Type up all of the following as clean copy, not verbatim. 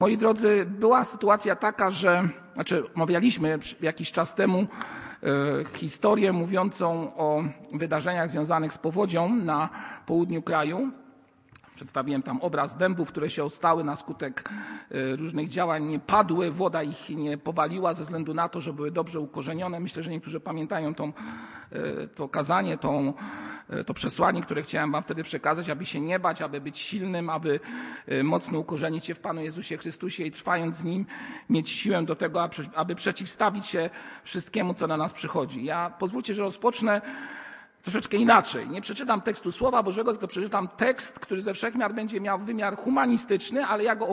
Moi drodzy, była sytuacja taka, omawialiśmy jakiś czas temu historię mówiącą o wydarzeniach związanych z powodzią na południu kraju. Przedstawiłem tam obraz dębów, które się ostały na skutek różnych działań, nie padły, woda ich nie powaliła ze względu na to, że były dobrze ukorzenione. Myślę, że niektórzy pamiętają to kazanie, to przesłanie, które chciałem wam wtedy przekazać, aby się nie bać, aby być silnym, aby mocno ukorzenić się w Panu Jezusie Chrystusie i trwając z Nim mieć siłę do tego, aby przeciwstawić się wszystkiemu, co na nas przychodzi. Pozwólcie, że rozpocznę troszeczkę inaczej. Nie przeczytam tekstu Słowa Bożego, tylko przeczytam tekst, który ze wszechmiar będzie miał wymiar humanistyczny, ale ja go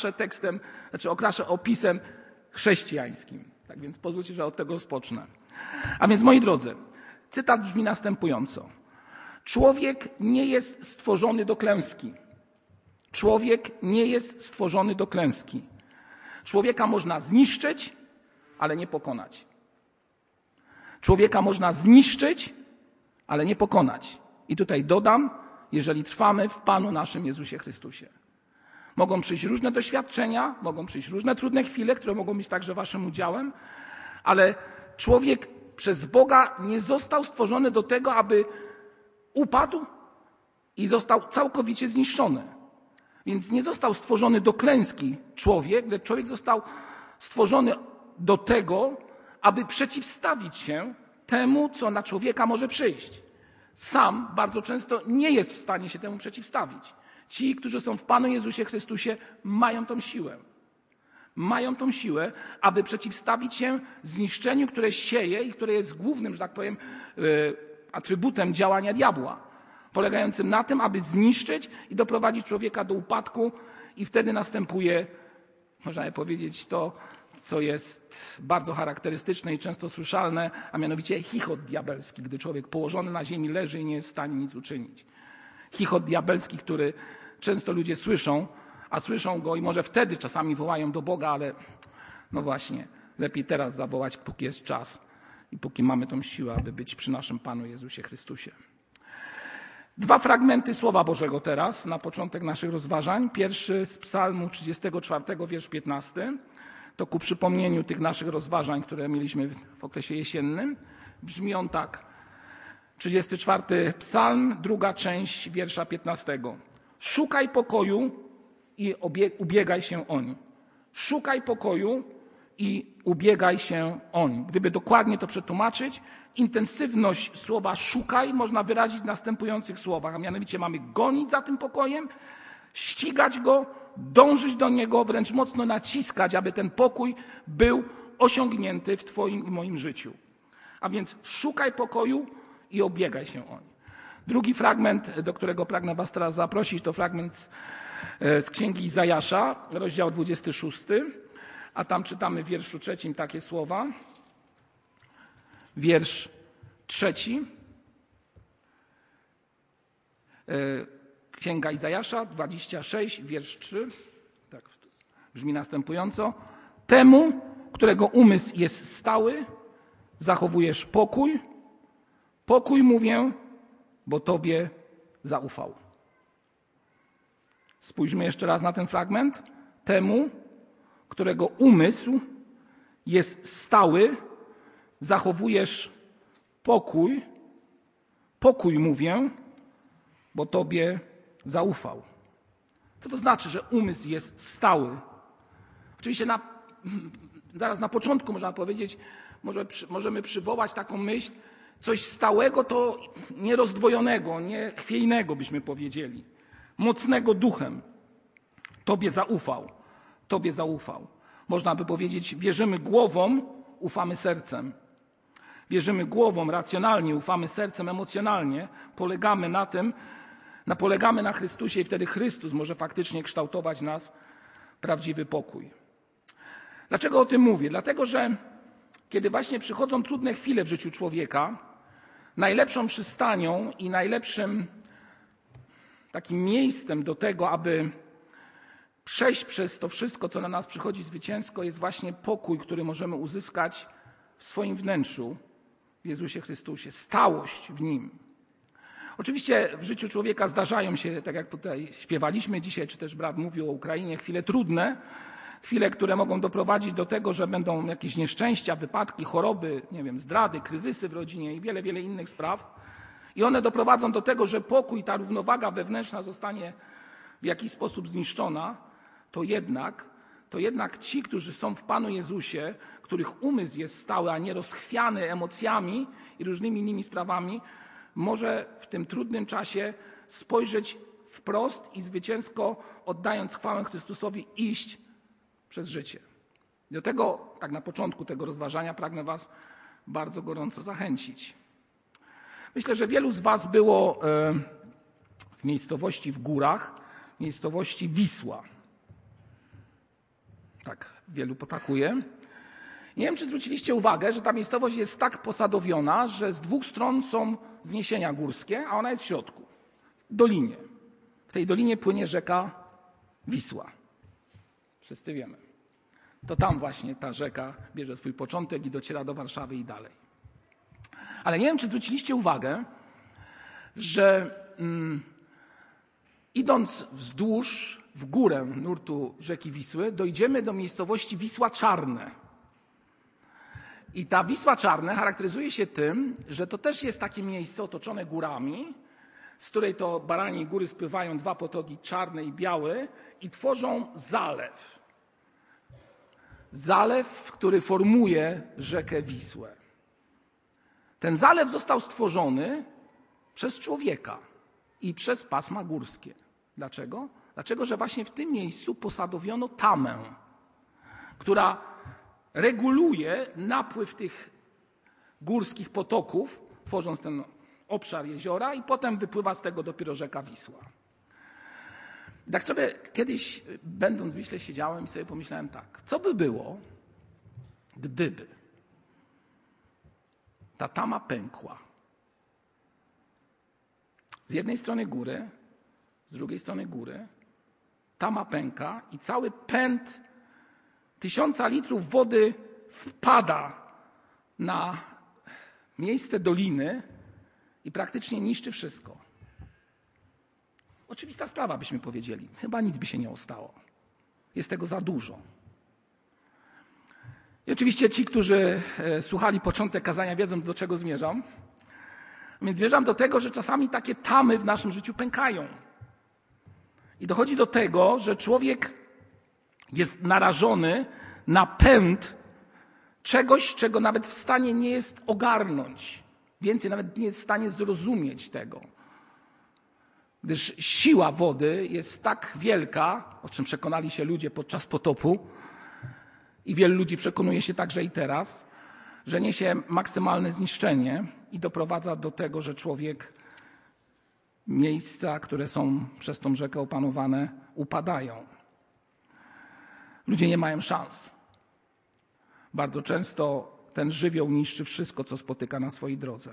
okraszę opisem chrześcijańskim. Tak więc pozwólcie, że od tego rozpocznę. A więc, moi drodzy, cytat brzmi następująco. Człowiek nie jest stworzony do klęski. Człowiek nie jest stworzony do klęski. Człowieka można zniszczyć, ale nie pokonać. Człowieka można zniszczyć, ale nie pokonać. I tutaj dodam, jeżeli trwamy w Panu naszym Jezusie Chrystusie. Mogą przyjść różne doświadczenia, mogą przyjść różne trudne chwile, które mogą być także waszym udziałem, ale człowiek przez Boga nie został stworzony do tego, aby upadł i został całkowicie zniszczony. Więc nie został stworzony do klęski człowiek, lecz człowiek został stworzony do tego, aby przeciwstawić się temu, co na człowieka może przyjść. Sam bardzo często nie jest w stanie się temu przeciwstawić. Ci, którzy są w Panu Jezusie Chrystusie, mają tą siłę. Mają tą siłę, aby przeciwstawić się zniszczeniu, które sieje i które jest głównym, że tak powiem, atrybutem działania diabła. Polegającym na tym, aby zniszczyć i doprowadzić człowieka do upadku i wtedy następuje, można by powiedzieć, to, co jest bardzo charakterystyczne i często słyszalne, a mianowicie chichot diabelski, gdy człowiek położony na ziemi leży i nie jest w stanie nic uczynić. Chichot diabelski, który często ludzie słyszą, a słyszą go i może wtedy czasami wołają do Boga, ale no właśnie, lepiej teraz zawołać, póki jest czas i póki mamy tą siłę, aby być przy naszym Panu Jezusie Chrystusie. Dwa fragmenty Słowa Bożego teraz, na początek naszych rozważań. Pierwszy z Psalmu 34, wiersz 15. To ku przypomnieniu tych naszych rozważań, które mieliśmy w okresie jesiennym. Brzmi on tak. 34 Psalm, druga część wiersza 15. Szukaj pokoju i ubiegaj się oń. Szukaj pokoju i ubiegaj się oń. Gdyby dokładnie to przetłumaczyć, intensywność słowa szukaj można wyrazić w następujących słowach, a mianowicie mamy gonić za tym pokojem, ścigać go, dążyć do niego, wręcz mocno naciskać, aby ten pokój był osiągnięty w Twoim i moim życiu. A więc szukaj pokoju i ubiegaj się oń. Drugi fragment, do którego pragnę was teraz zaprosić, to fragment z Księgi Izajasza, rozdział 26, a tam czytamy w wierszu 3 takie słowa. Wiersz 3. Księga Izajasza, 26, wiersz 3. Tak brzmi następująco. Temu, którego umysł jest stały, zachowujesz pokój. Pokój mówię, bo Tobie zaufał. Spójrzmy jeszcze raz na ten fragment. Temu, którego umysł jest stały, zachowujesz pokój. Pokój mówię, bo Tobie zaufał. Co to znaczy, że umysł jest stały? Oczywiście zaraz na początku można powiedzieć, możemy przywołać taką myśl, coś stałego to nierozdwojonego, niechwiejnego byśmy powiedzieli. Mocnego duchem. Tobie zaufał. Tobie zaufał. Można by powiedzieć, wierzymy głową, ufamy sercem. Wierzymy głową, racjonalnie, ufamy sercem, emocjonalnie. Polegamy na Chrystusie i wtedy Chrystus może faktycznie kształtować nas prawdziwy pokój. Dlaczego o tym mówię? Dlatego, że kiedy właśnie przychodzą trudne chwile w życiu człowieka, najlepszą przystanią i najlepszym takim miejscem do tego, aby przejść przez to wszystko, co na nas przychodzi zwycięsko, jest właśnie pokój, który możemy uzyskać w swoim wnętrzu, w Jezusie Chrystusie, stałość w Nim. Oczywiście w życiu człowieka zdarzają się, tak jak tutaj śpiewaliśmy dzisiaj, czy też brat mówił o Ukrainie, chwile trudne, chwile, które mogą doprowadzić do tego, że będą jakieś nieszczęścia, wypadki, choroby, nie wiem, zdrady, kryzysy w rodzinie i wiele, wiele innych spraw. I one doprowadzą do tego, że pokój, ta równowaga wewnętrzna zostanie w jakiś sposób zniszczona, to jednak ci, którzy są w Panu Jezusie, których umysł jest stały, a nie rozchwiany emocjami i różnymi innymi sprawami, może w tym trudnym czasie spojrzeć wprost i zwycięsko, oddając chwałę Chrystusowi, iść przez życie. Do tego, tak na początku tego rozważania, pragnę was bardzo gorąco zachęcić. Myślę, że wielu z was było w miejscowości w górach, miejscowości Wisła. Tak, wielu potakuje. Nie wiem, czy zwróciliście uwagę, że ta miejscowość jest tak posadowiona, że z dwóch stron są wzniesienia górskie, a ona jest w środku, w dolinie. W tej dolinie płynie rzeka Wisła. Wszyscy wiemy. To tam właśnie ta rzeka bierze swój początek i dociera do Warszawy i dalej. Ale nie wiem, czy zwróciliście uwagę, że idąc wzdłuż, w górę nurtu rzeki Wisły, dojdziemy do miejscowości Wisła Czarne. I ta Wisła Czarne charakteryzuje się tym, że to też jest takie miejsce otoczone górami, z której to Baraniej Góry spływają dwa potoki, czarny i biały, i tworzą zalew. Zalew, który formuje rzekę Wisłę. Ten zalew został stworzony przez człowieka i przez pasma górskie. Dlaczego? Dlatego, że właśnie w tym miejscu posadowiono tamę, która reguluje napływ tych górskich potoków, tworząc ten obszar jeziora, i potem wypływa z tego dopiero rzeka Wisła. I tak sobie kiedyś, będąc w Wiśle, siedziałem i sobie pomyślałem tak, co by było, gdyby ta tama pękła. Z jednej strony góry, z drugiej strony góry, tama pęka i cały pęd 1000 litrów wody wpada na miejsce doliny i praktycznie niszczy wszystko. Oczywista sprawa, byśmy powiedzieli. Chyba nic by się nie stało. Jest tego za dużo. I oczywiście ci, którzy słuchali początek kazania, wiedzą, do czego zmierzam. Więc zmierzam do tego, że czasami takie tamy w naszym życiu pękają. I dochodzi do tego, że człowiek jest narażony na pęd czegoś, czego nawet w stanie nie jest ogarnąć. Więcej, nawet nie jest w stanie zrozumieć tego. Gdyż siła wody jest tak wielka, o czym przekonali się ludzie podczas potopu, i wielu ludzi przekonuje się także i teraz, że niesie maksymalne zniszczenie i doprowadza do tego, że człowiek, miejsca, które są przez tą rzekę opanowane, upadają. Ludzie nie mają szans. Bardzo często ten żywioł niszczy wszystko, co spotyka na swojej drodze.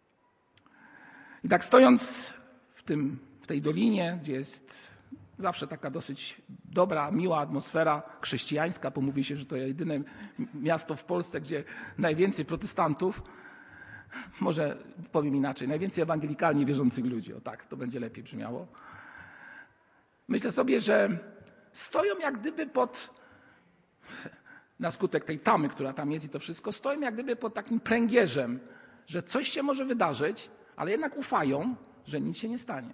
I tak stojąc w tej dolinie, gdzie jest zawsze taka dosyć dobra, miła atmosfera chrześcijańska, bo mówi się, że to jedyne miasto w Polsce, gdzie najwięcej protestantów, może powiem inaczej, najwięcej ewangelikalnie wierzących ludzi, o tak, to będzie lepiej brzmiało. Myślę sobie, że stoją jak gdyby na skutek tej tamy, która tam jest i to wszystko, stoją jak gdyby pod takim pręgierzem, że coś się może wydarzyć, ale jednak ufają, że nic się nie stanie.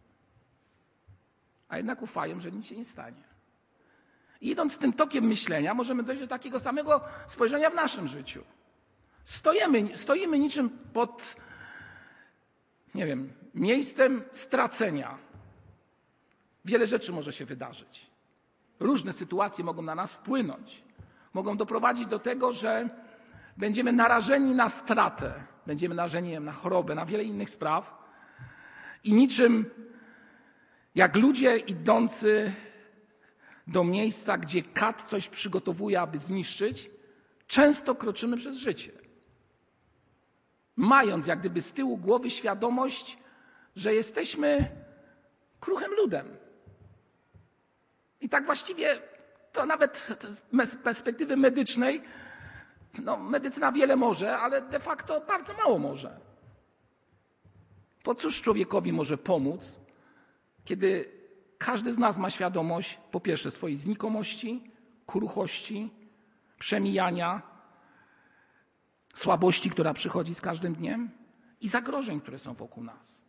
A jednak ufają, że nic się nie stanie. I idąc tym tokiem myślenia, możemy dojść do takiego samego spojrzenia w naszym życiu. Stoimy niczym pod, nie wiem, miejscem stracenia. Wiele rzeczy może się wydarzyć. Różne sytuacje mogą na nas wpłynąć. Mogą doprowadzić do tego, że będziemy narażeni na stratę. Będziemy narażeni na chorobę, na wiele innych spraw. I niczym jak ludzie idący do miejsca, gdzie kat coś przygotowuje, aby zniszczyć, często kroczymy przez życie. Mając jak gdyby z tyłu głowy świadomość, że jesteśmy kruchym ludem. I tak właściwie to nawet z perspektywy medycznej, medycyna wiele może, ale de facto bardzo mało może. Po cóż człowiekowi może pomóc, kiedy każdy z nas ma świadomość, po pierwsze, swojej znikomości, kruchości, przemijania, słabości, która przychodzi z każdym dniem i zagrożeń, które są wokół nas.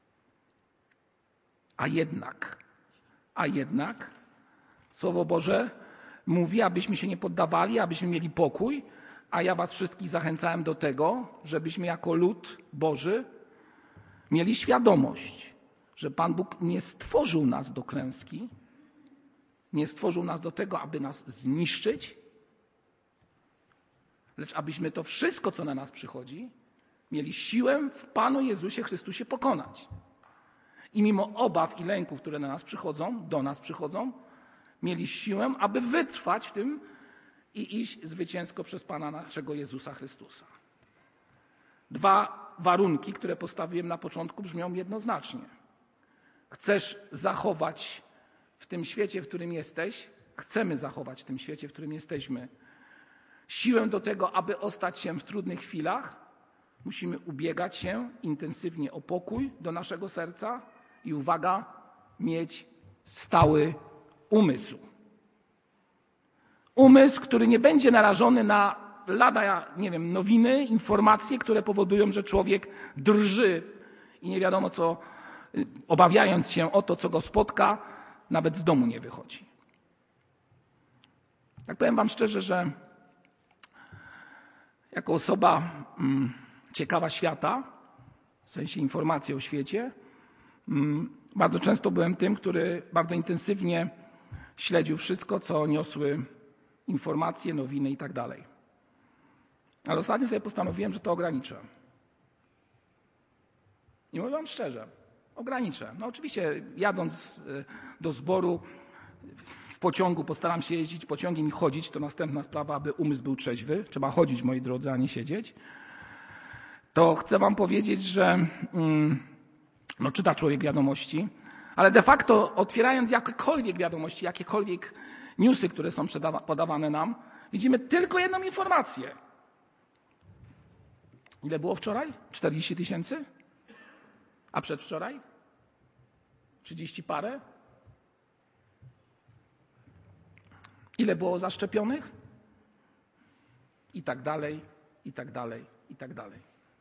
A jednak Słowo Boże mówi, abyśmy się nie poddawali, abyśmy mieli pokój, a ja was wszystkich zachęcałem do tego, żebyśmy jako lud Boży mieli świadomość, że Pan Bóg nie stworzył nas do klęski, nie stworzył nas do tego, aby nas zniszczyć, lecz abyśmy to wszystko, co na nas przychodzi, mieli siłę w Panu Jezusie Chrystusie pokonać. I mimo obaw i lęków, które do nas przychodzą, mieli siłę, aby wytrwać w tym i iść zwycięsko przez Pana naszego Jezusa Chrystusa. 2 warunki, które postawiłem na początku, brzmią jednoznacznie. Chcesz zachować w tym świecie, w którym jesteś, chcemy zachować w tym świecie, w którym jesteśmy, siłę do tego, aby ostać się w trudnych chwilach, musimy ubiegać się intensywnie o pokój do naszego serca i uwaga, mieć stały umysł. Umysł, który nie będzie narażony na lada, nowiny, informacje, które powodują, że człowiek drży i nie wiadomo co, obawiając się o to, co go spotka, nawet z domu nie wychodzi. Tak powiem wam szczerze, że jako osoba ciekawa świata, w sensie informacji o świecie, bardzo często byłem tym, który bardzo intensywnie śledził wszystko, co niosły informacje, nowiny i tak dalej. Ale ostatnio sobie postanowiłem, że to ograniczę. I mówię wam szczerze, ograniczę. No oczywiście jadąc do zboru w pociągu, postaram się jeździć pociągiem i chodzić, to następna sprawa, aby umysł był trzeźwy. Trzeba chodzić, moi drodzy, a nie siedzieć. To chcę wam powiedzieć, że czyta człowiek wiadomości, ale de facto otwierając jakiekolwiek wiadomości, jakiekolwiek newsy, które są podawane nam, widzimy tylko jedną informację. Ile było wczoraj? 40 000? A przedwczoraj? 30 parę? Ile było zaszczepionych? I tak dalej, i tak dalej, i tak dalej.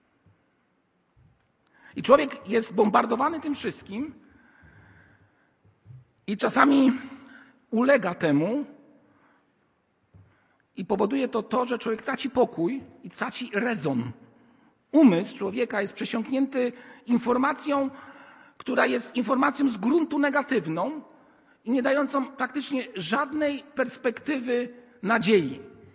I człowiek jest bombardowany tym wszystkim i czasami ulega temu i powoduje to, że człowiek traci pokój i traci rezon. Umysł człowieka jest przesiąknięty informacją, która jest informacją z gruntu negatywną i nie dającą praktycznie żadnej perspektywy nadziei.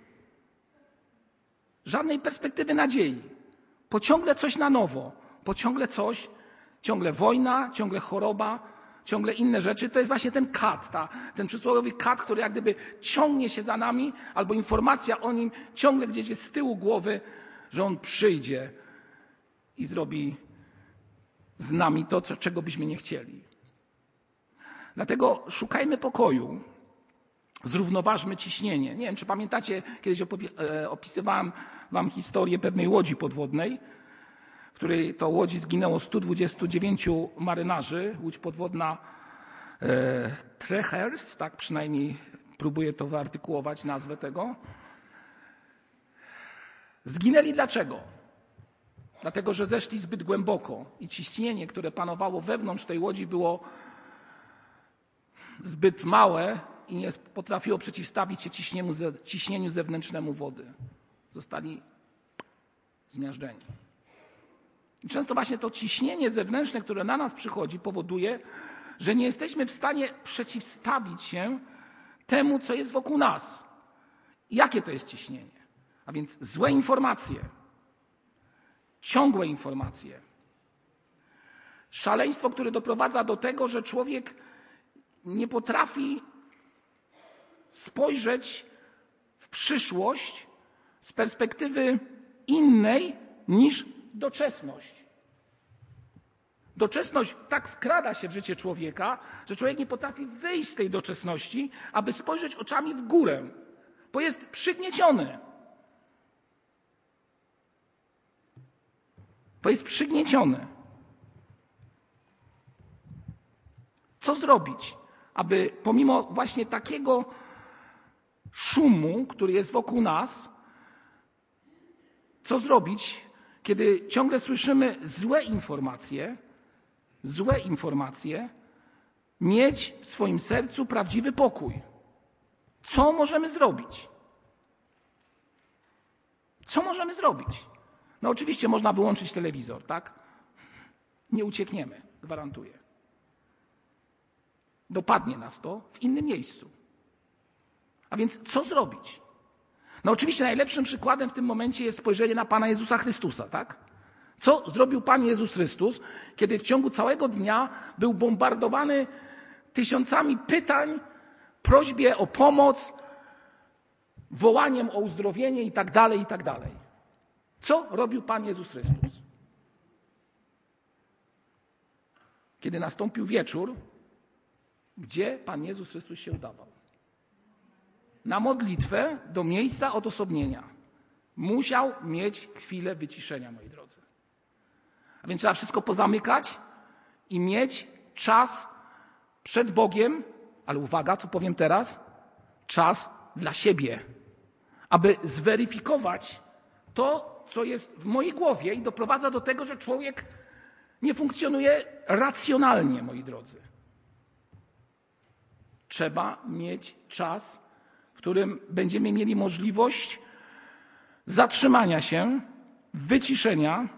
Żadnej perspektywy nadziei. Bo ciągle coś na nowo, bo ciągle wojna, ciągle choroba, ciągle inne rzeczy. To jest właśnie ten kat, ten przysłowiowy kat, który jak gdyby ciągnie się za nami, albo informacja o nim ciągle gdzieś jest z tyłu głowy, że on przyjdzie i zrobi z nami to, czego byśmy nie chcieli. Dlatego szukajmy pokoju, zrównoważmy ciśnienie. Nie wiem, czy pamiętacie, kiedyś opisywałem wam historię pewnej łodzi podwodnej, w której to łodzi zginęło 129 marynarzy. Łódź podwodna Trechers, tak przynajmniej próbuję to wyartykułować, nazwę tego. Zginęli dlaczego? Dlatego, że zeszli zbyt głęboko i ciśnienie, które panowało wewnątrz tej łodzi, było zbyt małe i nie potrafiło przeciwstawić się ciśnieniu zewnętrznemu wody. Zostali zmiażdżeni. I często właśnie to ciśnienie zewnętrzne, które na nas przychodzi, powoduje, że nie jesteśmy w stanie przeciwstawić się temu, co jest wokół nas. Jakie to jest ciśnienie? A więc złe informacje, ciągłe informacje. Szaleństwo, które doprowadza do tego, że człowiek nie potrafi spojrzeć w przyszłość z perspektywy innej niż doczesność. Doczesność tak wkrada się w życie człowieka, że człowiek nie potrafi wyjść z tej doczesności, aby spojrzeć oczami w górę, bo jest przygnieciony. Bo jest przygnieciony. Co zrobić, aby pomimo właśnie takiego szumu, który jest wokół nas, co zrobić, kiedy ciągle słyszymy złe informacje, mieć w swoim sercu prawdziwy pokój. Co możemy zrobić? Co możemy zrobić? No oczywiście można wyłączyć telewizor, tak? Nie uciekniemy, gwarantuję. Dopadnie nas to w innym miejscu. A więc co zrobić? No oczywiście najlepszym przykładem w tym momencie jest spojrzenie na Pana Jezusa Chrystusa, tak? Co zrobił Pan Jezus Chrystus, kiedy w ciągu całego dnia był bombardowany tysiącami pytań, prośbie o pomoc, wołaniem o uzdrowienie i tak dalej, i tak dalej. Co robił Pan Jezus Chrystus? Kiedy nastąpił wieczór, gdzie Pan Jezus Chrystus się udawał? Na modlitwę do miejsca odosobnienia. Musiał mieć chwilę wyciszenia, moi drodzy. A więc trzeba wszystko pozamykać i mieć czas przed Bogiem, ale uwaga, co powiem teraz, czas dla siebie, aby zweryfikować to, co jest w mojej głowie i doprowadza do tego, że człowiek nie funkcjonuje racjonalnie, moi drodzy. Trzeba mieć czas, w którym będziemy mieli możliwość zatrzymania się, wyciszenia,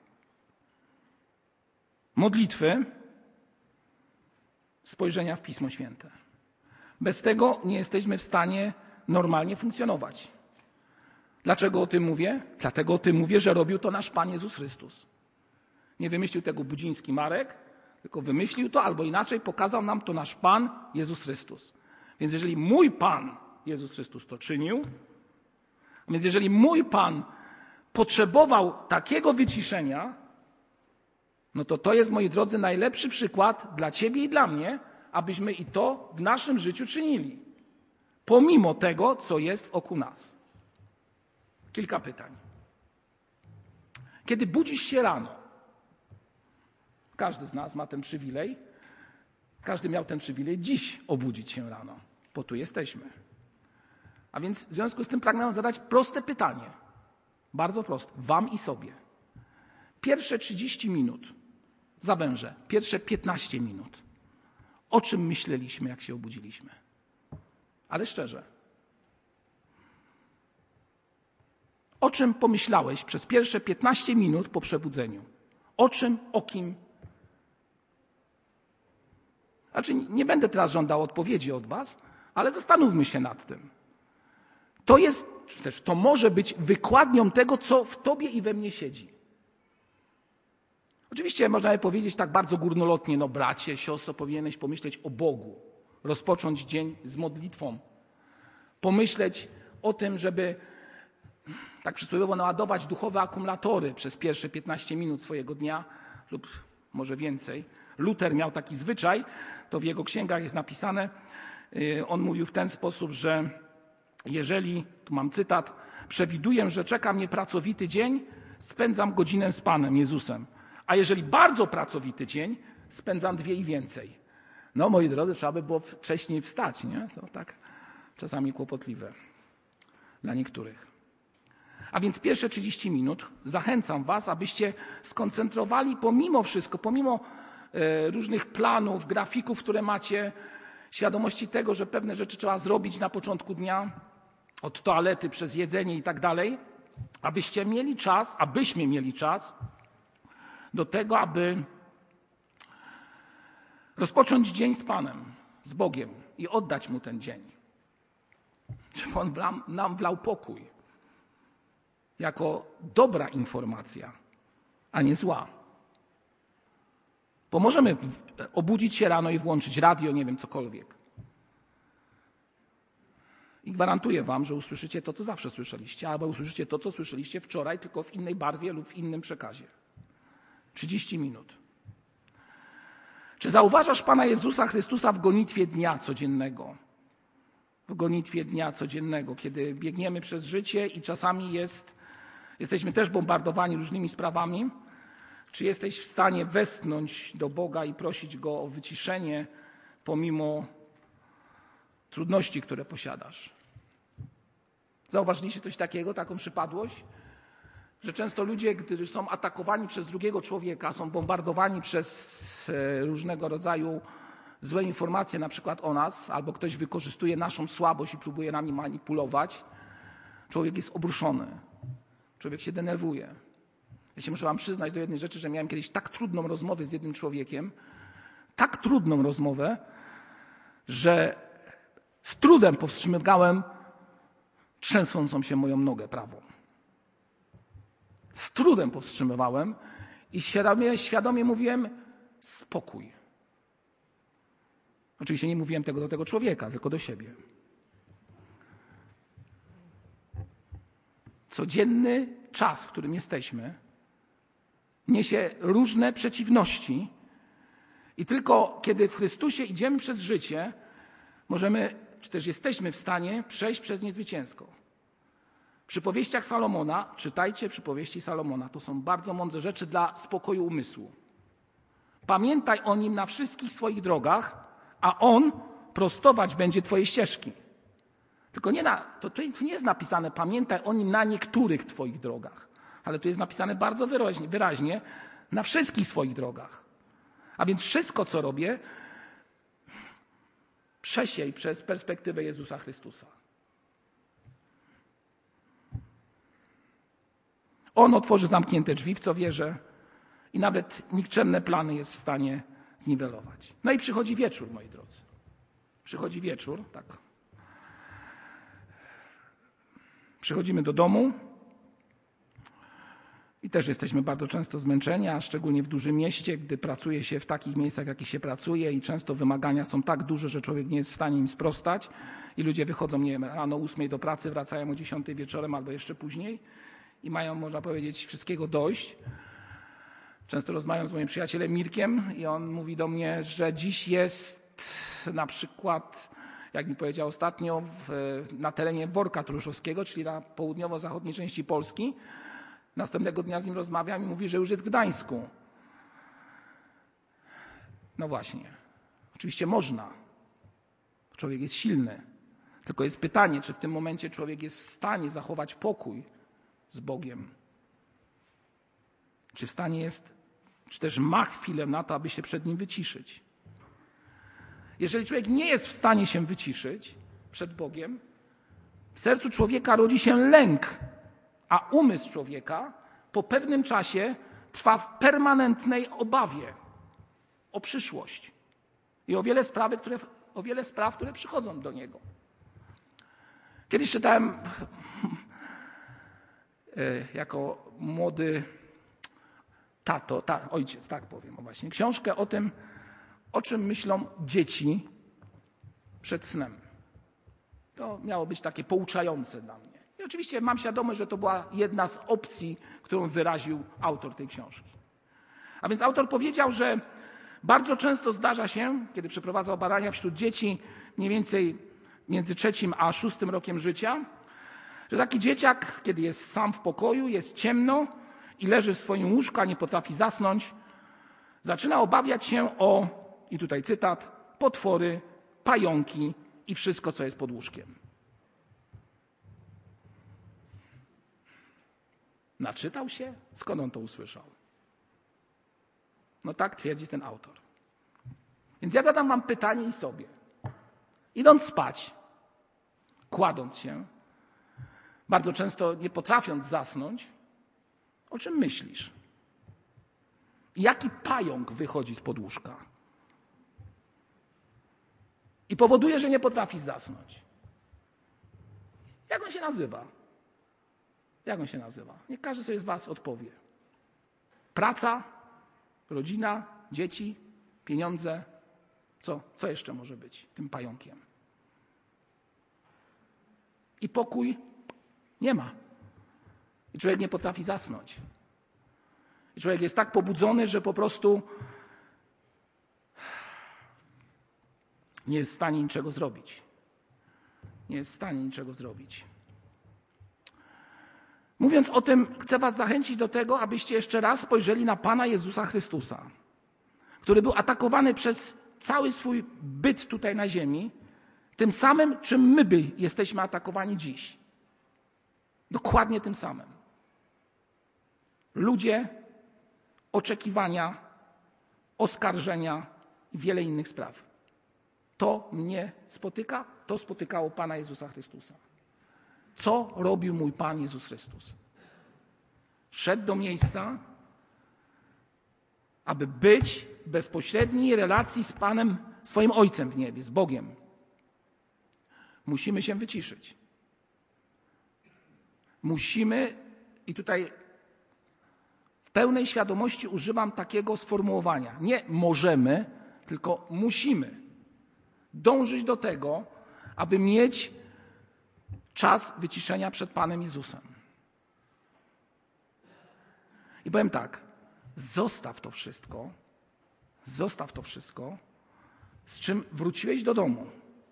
modlitwy, spojrzenia w Pismo Święte. Bez tego nie jesteśmy w stanie normalnie funkcjonować. Dlaczego o tym mówię? Dlatego o tym mówię, że robił to nasz Pan Jezus Chrystus. Nie wymyślił tego Budziński Marek, tylko wymyślił to, albo inaczej pokazał nam to nasz Pan Jezus Chrystus. Więc jeżeli mój Pan Jezus Chrystus to czynił, a więc jeżeli mój Pan potrzebował takiego wyciszenia, no to jest, moi drodzy, najlepszy przykład dla ciebie i dla mnie, abyśmy i to w naszym życiu czynili. Pomimo tego, co jest wokół nas. Kilka pytań. Kiedy budzisz się rano, każdy z nas ma ten przywilej, każdy miał ten przywilej dziś obudzić się rano, bo tu jesteśmy. A więc w związku z tym pragnę wam zadać proste pytanie. Bardzo proste. Wam i sobie. Pierwsze 30 minut, zawężę, pierwsze 15 minut. O czym myśleliśmy, jak się obudziliśmy? Ale szczerze. O czym pomyślałeś przez pierwsze 15 minut po przebudzeniu? O czym, o kim? Znaczy, nie będę teraz żądał odpowiedzi od was, ale zastanówmy się nad tym. To jest, czy też to może być wykładnią tego, co w tobie i we mnie siedzi. Oczywiście można powiedzieć tak bardzo górnolotnie, no bracie, siostro, powinieneś pomyśleć o Bogu, rozpocząć dzień z modlitwą, pomyśleć o tym, żeby tak przysłowiowo naładować duchowe akumulatory przez pierwsze 15 minut swojego dnia lub może więcej. Luter miał taki zwyczaj, to w jego księgach jest napisane, on mówił w ten sposób, że jeżeli, tu mam cytat, przewiduję, że czeka mnie pracowity dzień, spędzam godzinę z Panem Jezusem. A jeżeli bardzo pracowity dzień, spędzam 2 i więcej. No, moi drodzy, trzeba by było wcześniej wstać, nie? To tak czasami kłopotliwe dla niektórych. A więc pierwsze 30 minut zachęcam was, abyście skoncentrowali pomimo wszystko, pomimo różnych planów, grafików, które macie, świadomości tego, że pewne rzeczy trzeba zrobić na początku dnia, od toalety przez jedzenie i tak dalej, abyśmy mieli czas do tego, aby rozpocząć dzień z Panem, z Bogiem i oddać Mu ten dzień. Żeby On nam wlał pokój. Jako dobra informacja, a nie zła. Bo możemy obudzić się rano i włączyć radio, nie wiem, cokolwiek. I gwarantuję wam, że usłyszycie to, co zawsze słyszeliście, albo usłyszycie to, co słyszeliście wczoraj, tylko w innej barwie lub w innym przekazie. 30 minut. Czy zauważasz Pana Jezusa Chrystusa w gonitwie dnia codziennego? W gonitwie dnia codziennego, kiedy biegniemy przez życie i czasami jesteśmy też bombardowani różnymi sprawami. Czy jesteś w stanie westchnąć do Boga i prosić Go o wyciszenie pomimo trudności, które posiadasz? Zauważyliście coś takiego, taką przypadłość? Że często ludzie, którzy są atakowani przez drugiego człowieka, są bombardowani przez różnego rodzaju złe informacje, na przykład o nas, albo ktoś wykorzystuje naszą słabość i próbuje nami manipulować, człowiek jest obruszony. Człowiek się denerwuje. Ja się muszę wam przyznać do jednej rzeczy, że miałem kiedyś tak trudną rozmowę z jednym człowiekiem, tak trudną rozmowę, że z trudem powstrzymywałem trzęsącą się moją nogę prawą. Z trudem powstrzymywałem i świadomie mówiłem spokój. Oczywiście nie mówiłem tego do tego człowieka, tylko do siebie. Codzienny czas, w którym jesteśmy, niesie różne przeciwności i tylko kiedy w Chrystusie idziemy przez życie, możemy, czy też jesteśmy w stanie przejść przez nie zwycięsko. W przypowieściach Salomona, czytajcie przypowieści Salomona, to są bardzo mądre rzeczy dla spokoju umysłu. Pamiętaj o nim na wszystkich swoich drogach, a on prostować będzie twoje ścieżki. Tylko to nie jest napisane pamiętaj o nim na niektórych twoich drogach, ale tu jest napisane bardzo wyraźnie na wszystkich swoich drogach. A więc wszystko, co robię, przesiej przez perspektywę Jezusa Chrystusa. On otworzy zamknięte drzwi, w co wierzę, i nawet nikczemne plany jest w stanie zniwelować. No i przychodzi wieczór, moi drodzy. Przychodzi wieczór, tak. Przychodzimy do domu i też jesteśmy bardzo często zmęczeni, a szczególnie w dużym mieście, gdy pracuje się w takich miejscach, jakich się pracuje i często wymagania są tak duże, że człowiek nie jest w stanie im sprostać i ludzie wychodzą, nie wiem, rano o 8 do pracy, wracają o 10 wieczorem albo jeszcze później i mają, można powiedzieć, wszystkiego dość. Często rozmawiam z moim przyjacielem Mirkiem i on mówi do mnie, że dziś jest na przykład, jak mi powiedział ostatnio, na terenie Worka Truszowskiego, czyli na południowo-zachodniej części Polski. Następnego dnia z nim rozmawiam i mówi, że już jest w Gdańsku. No właśnie. Oczywiście można. Człowiek jest silny. Tylko jest pytanie, czy w tym momencie człowiek jest w stanie zachować pokój z Bogiem. Czy w stanie jest, czy też ma chwilę na to, aby się przed Nim wyciszyć. Jeżeli człowiek nie jest w stanie się wyciszyć przed Bogiem, w sercu człowieka rodzi się lęk, a umysł człowieka po pewnym czasie trwa w permanentnej obawie o przyszłość i o wiele spraw, które przychodzą do niego. Kiedyś czytałem jako młody ojciec, tak powiem, właśnie, książkę o tym, o czym myślą dzieci przed snem. To miało być takie pouczające dla mnie. I oczywiście mam świadomość, że to była jedna z opcji, którą wyraził autor tej książki. A więc autor powiedział, że bardzo często zdarza się, kiedy przeprowadzał badania wśród dzieci mniej więcej między 3. a 6. rokiem życia, że taki dzieciak, kiedy jest sam w pokoju, jest ciemno i leży w swoim łóżku, a nie potrafi zasnąć, zaczyna obawiać się o, i tutaj cytat, potwory, pająki i wszystko, co jest pod łóżkiem. Naczytał się? Skąd on to usłyszał? No tak twierdzi ten autor. Więc ja zadam wam pytanie i sobie. Idąc spać, kładąc się, bardzo często nie potrafiąc zasnąć, o czym myślisz? Jaki pająk wychodzi spod łóżka? I powoduje, że nie potrafisz zasnąć. Jak on się nazywa? Jak on się nazywa? Niech każdy sobie z was odpowie. Praca, rodzina, dzieci, pieniądze. Co jeszcze może być tym pająkiem? I pokój nie ma. I człowiek nie potrafi zasnąć. I człowiek jest tak pobudzony, że po prostu nie jest w stanie niczego zrobić. Nie jest w stanie niczego zrobić. Mówiąc o tym, chcę was zachęcić do tego, abyście jeszcze raz spojrzeli na Pana Jezusa Chrystusa, który był atakowany przez cały swój byt tutaj na ziemi, tym samym, czym my jesteśmy atakowani dziś. Dokładnie tym samym. Ludzie, oczekiwania, oskarżenia i wiele innych spraw. To mnie spotyka, to spotykało Pana Jezusa Chrystusa. Co robił mój Pan Jezus Chrystus? Szedł do miejsca, aby być w bezpośredniej relacji z Panem, swoim Ojcem w niebie, z Bogiem. Musimy się wyciszyć. Musimy, i tutaj w pełnej świadomości używam takiego sformułowania. Nie możemy, tylko musimy dążyć do tego, aby mieć czas wyciszenia przed Panem Jezusem. I powiem tak, zostaw to wszystko, z czym wróciłeś do domu.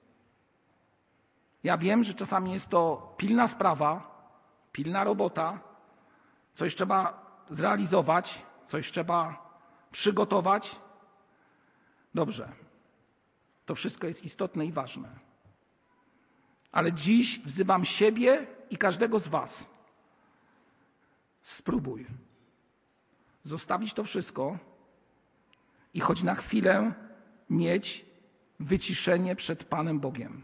Ja wiem, że czasami jest to pilna sprawa, pilna robota, coś trzeba zrealizować, coś trzeba przygotować. Dobrze, to wszystko jest istotne i ważne. Ale dziś wzywam siebie i każdego z was. Spróbuj zostawić to wszystko i choć na chwilę mieć wyciszenie przed Panem Bogiem.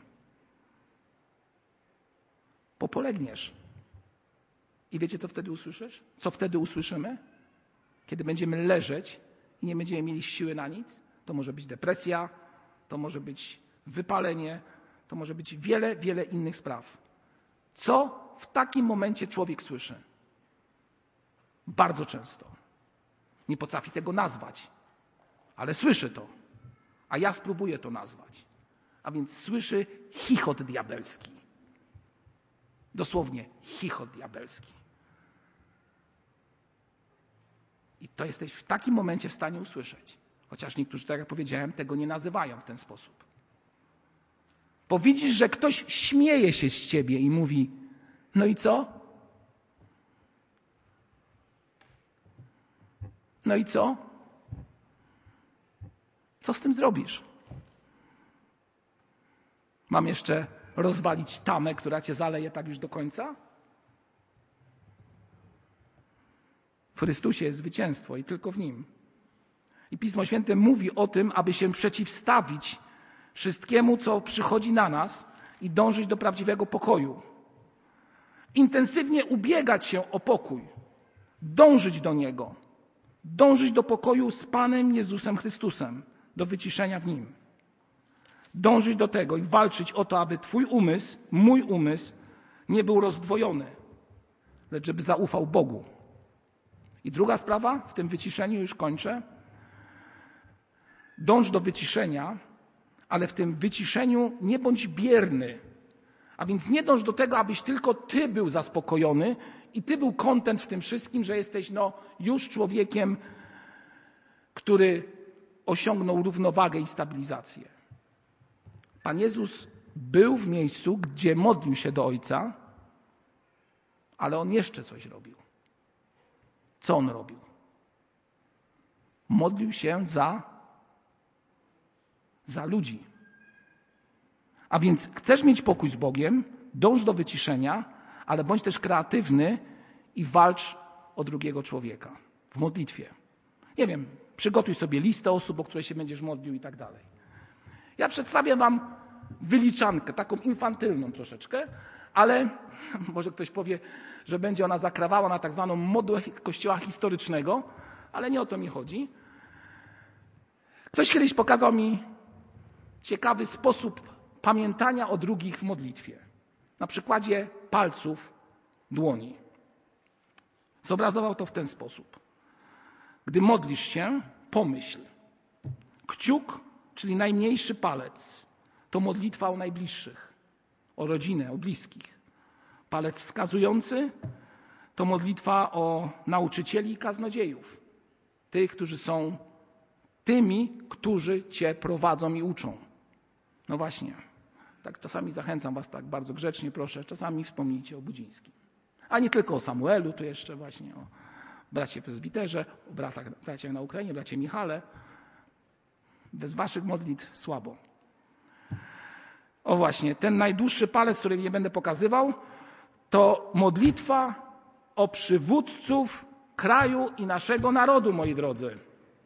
Polegniesz. I wiecie, co wtedy usłyszysz? Co wtedy usłyszymy? Kiedy będziemy leżeć i nie będziemy mieli siły na nic, to może być depresja, to może być wypalenie, to może być wiele, wiele innych spraw. Co w takim momencie człowiek słyszy? Bardzo często. Nie potrafi tego nazwać, ale słyszy to. A ja spróbuję to nazwać. A więc słyszy chichot diabelski. Dosłownie chichot diabelski. I to jesteś w takim momencie w stanie usłyszeć. Chociaż niektórzy, tak jak powiedziałem, tego nie nazywają w ten sposób. Bo widzisz, że ktoś śmieje się z ciebie i mówi, no i co? No i co? Co z tym zrobisz? Mam jeszcze rozwalić tamę, która cię zaleje tak już do końca? W Chrystusie jest zwycięstwo i tylko w Nim. I Pismo Święte mówi o tym, aby się przeciwstawić wszystkiemu, co przychodzi na nas i dążyć do prawdziwego pokoju. Intensywnie ubiegać się o pokój, dążyć do niego, dążyć do pokoju z Panem Jezusem Chrystusem, do wyciszenia w Nim. Dążyć do tego i walczyć o to, aby twój umysł, mój umysł nie był rozdwojony, lecz żeby zaufał Bogu. I druga sprawa, w tym wyciszeniu już kończę. Dąż do wyciszenia, ale w tym wyciszeniu nie bądź bierny. A więc nie dąż do tego, abyś tylko ty był zaspokojony i ty był kontent w tym wszystkim, że jesteś już człowiekiem, który osiągnął równowagę i stabilizację. Pan Jezus był w miejscu, gdzie modlił się do Ojca, ale On jeszcze coś robił. Co On robił? Modlił się za ludzi. A więc chcesz mieć pokój z Bogiem, dąż do wyciszenia, ale bądź też kreatywny i walcz o drugiego człowieka w modlitwie. Nie wiem, przygotuj sobie listę osób, o której się będziesz modlił i tak dalej. Ja przedstawię wam wyliczankę, taką infantylną troszeczkę, ale może ktoś powie, że będzie ona zakrawała na tak zwaną modłę Kościoła historycznego, ale nie o to mi chodzi. Ktoś kiedyś pokazał mi ciekawy sposób pamiętania o drugich w modlitwie. Na przykładzie palców dłoni. Zobrazował to w ten sposób. Gdy modlisz się, pomyśl. Kciuk, czyli najmniejszy palec, to modlitwa o najbliższych, o rodzinę, o bliskich. Palec wskazujący to modlitwa o nauczycieli i kaznodziejów. Tych, którzy są tymi, którzy cię prowadzą i uczą. No właśnie, tak czasami zachęcam was tak bardzo grzecznie, proszę, czasami wspomnijcie o Budzińskim. A nie tylko o Samuelu, tu jeszcze właśnie o bracie prezbiterze, o braciach na Ukrainie, bracie Michale. Bez waszych modlitw słabo. O właśnie, ten najdłuższy palec, który nie będę pokazywał, to modlitwa o przywódców kraju i naszego narodu, moi drodzy.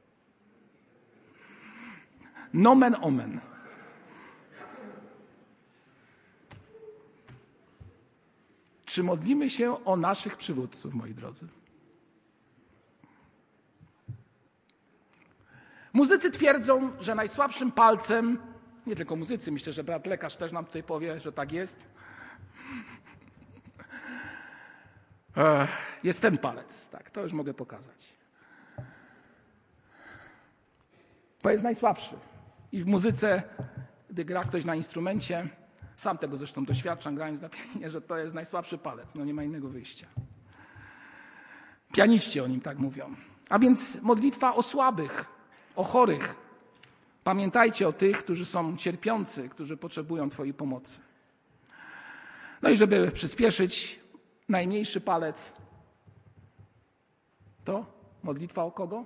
Nomen omen. Czy modlimy się o naszych przywódców, moi drodzy? Muzycy twierdzą, że najsłabszym palcem, nie tylko muzycy, myślę, że brat lekarz też nam tutaj powie, że tak jest, jest ten palec. Tak, to już mogę pokazać. To jest najsłabszy. I w muzyce, gdy gra ktoś na instrumencie, sam tego zresztą doświadczam, grając na pianinie, że to jest najsłabszy palec. No nie ma innego wyjścia. Pianiści o nim tak mówią. A więc modlitwa o słabych, o chorych. Pamiętajcie o tych, którzy są cierpiący, którzy potrzebują Twojej pomocy. No i żeby przyspieszyć, najmniejszy palec to modlitwa o kogo?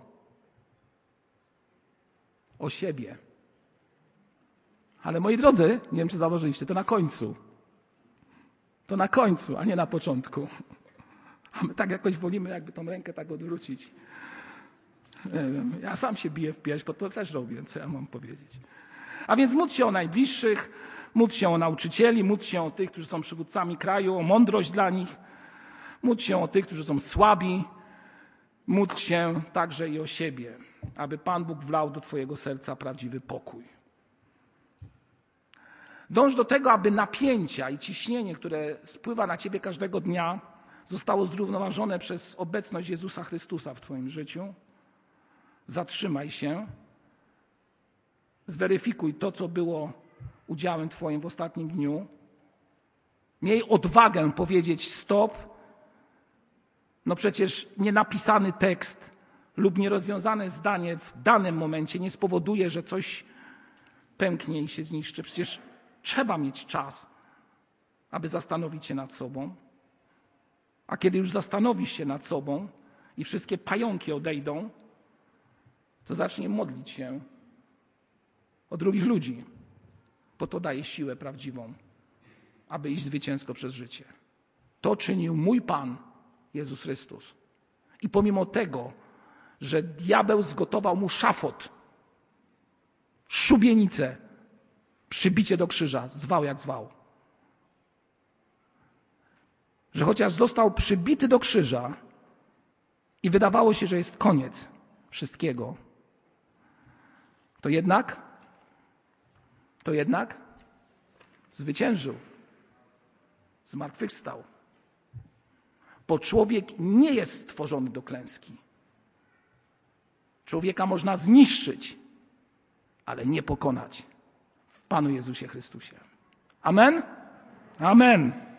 O siebie. Ale moi drodzy, nie wiem, czy zauważyliście, to na końcu. To na końcu, a nie na początku. A my tak jakoś wolimy, jakby tą rękę tak odwrócić. Nie wiem, ja sam się biję w pierś, bo to też robię, co ja mam powiedzieć. A więc módl się o najbliższych, módl się o nauczycieli, módl się o tych, którzy są przywódcami kraju, o mądrość dla nich. Módl się o tych, którzy są słabi. Módl się także i o siebie, aby Pan Bóg wlał do Twojego serca prawdziwy pokój. Dąż do tego, aby napięcia i ciśnienie, które spływa na Ciebie każdego dnia, zostało zrównoważone przez obecność Jezusa Chrystusa w Twoim życiu. Zatrzymaj się, zweryfikuj to, co było udziałem Twoim w ostatnim dniu. Miej odwagę powiedzieć stop. No przecież nienapisany tekst lub nierozwiązane zdanie w danym momencie nie spowoduje, że coś pęknie i się zniszczy. Przecież trzeba mieć czas, aby zastanowić się nad sobą. A kiedy już zastanowisz się nad sobą i wszystkie pająki odejdą, to zacznij modlić się o drugich ludzi, bo to daje siłę prawdziwą, aby iść zwycięsko przez życie. To czynił mój Pan Jezus Chrystus. I pomimo tego, że diabeł zgotował mu szafot, szubienicę, przybicie do krzyża, zwał jak zwał. Że chociaż został przybity do krzyża i wydawało się, że jest koniec wszystkiego, to jednak zwyciężył, zmartwychwstał. Bo człowiek nie jest stworzony do klęski. Człowieka można zniszczyć, ale nie pokonać w Panu Jezusie Chrystusie. Amen? Amen.